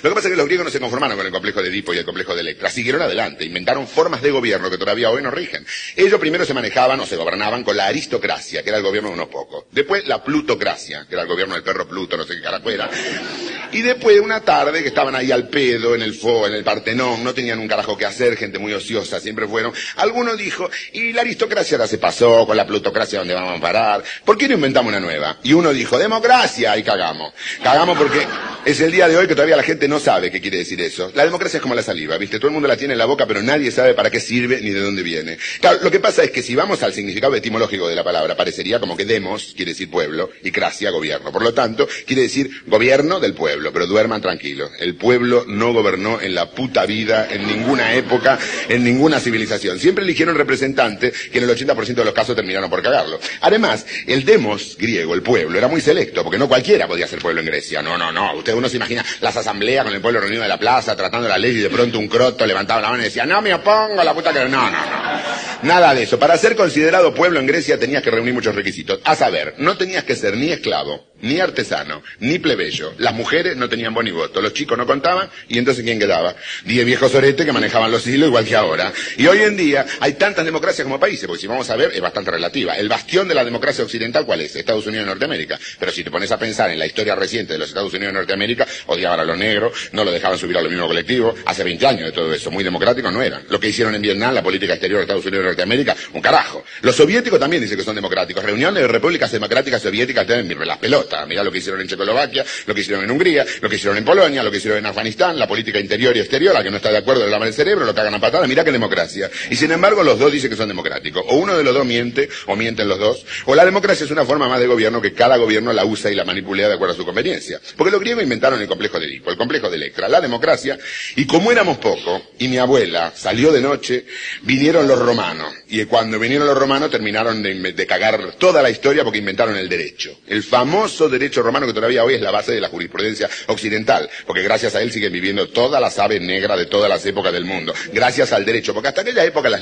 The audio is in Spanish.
Lo que pasa es que los griegos no se conformaron con el complejo de Edipo y el complejo de Electra, siguieron adelante, inventaron formas de gobierno que todavía hoy nos rigen. Ellos primero se manejaban o se gobernaban con la aristocracia, que era el gobierno de unos pocos. Después la plutocracia, que era el gobierno del perro Pluto, no sé qué carajo era. Y después una tarde que estaban ahí al pedo en el Partenón, no tenían un carajo que hacer, gente muy ociosa, siempre fueron. Alguno dijo, y la aristocracia ahora se pasó, con la plutocracia donde vamos a parar. ¿Por qué no inventamos una nueva? Y uno dijo, democracia, y cagamos. Cagamos porque es el día de hoy que todavía la gente no sabe qué quiere decir eso. La democracia es como la saliva, ¿viste? Todo el mundo la tiene en la boca, pero nadie sabe para qué sirve ni de dónde viene. Claro, lo que pasa es que si vamos al significado etimológico de la palabra, parecería como que demos quiere decir pueblo y cracia gobierno. Por lo tanto, quiere decir gobierno del pueblo, pero duerman tranquilos. El pueblo no gobernó en la puta vida, en ninguna época, en ninguna civilización. Siempre eligieron representantes que en el 80% de los casos terminaron por cagarlo. Además, el demos griego, el pueblo, era muy selecto, porque no cualquiera podía ser pueblo en Grecia. No. Uno se imagina las asambleas con el pueblo reunido en la plaza, tratando la ley, y de pronto un croto levantaba la mano y decía, no me opongo a la puta que... No. Nada de eso. Para ser considerado pueblo en Grecia tenías que reunir muchos requisitos. A saber, no tenías que ser ni esclavo, ni artesano, ni plebeyo. Las mujeres no tenían voz ni voto, los chicos no contaban, y entonces ¿quién quedaba? 10 viejos oretes que manejaban los hilos igual que ahora. Y hoy en día hay tantas democracias como países, porque si vamos a ver es bastante relativa. El bastión de la democracia occidental, ¿cuál es? Estados Unidos y Norteamérica. Pero si te pones a pensar en la historia reciente de los Estados Unidos y Norteamérica, odiaban a los negros, no lo dejaban subir a lo mismo colectivo. Hace 20 años de todo eso, muy democráticos no eran. Lo que hicieron en Vietnam, la política exterior de Estados Unidos y Norteamérica, un carajo. Los soviéticos también dicen que son democráticos. Reuniones de repúblicas democráticas soviéticas tienen las pelotas. Mirá lo que hicieron en Checoslovaquia, lo que hicieron en Hungría, lo que hicieron en Polonia, lo que hicieron en Afganistán, la política interior y exterior, a que no está de acuerdo le lavan el cerebro, lo cagan a patadas, mirá qué democracia. Y sin embargo los dos dicen que son democráticos. O uno de los dos miente, o mienten los dos, o la democracia es una forma más de gobierno que cada gobierno la usa y la manipula de acuerdo a su conveniencia. Porque los griegos inventaron el complejo de Edipo, el complejo de Electra, la democracia, y como éramos pocos, y mi abuela salió de noche, vinieron los romanos, y cuando vinieron los romanos terminaron de cagar toda la historia porque inventaron el derecho. El famoso derecho romano que todavía hoy es la base de la jurisprudencia occidental, porque gracias a él siguen viviendo todas las aves negras de todas las épocas del mundo, gracias al derecho, porque hasta aquella época las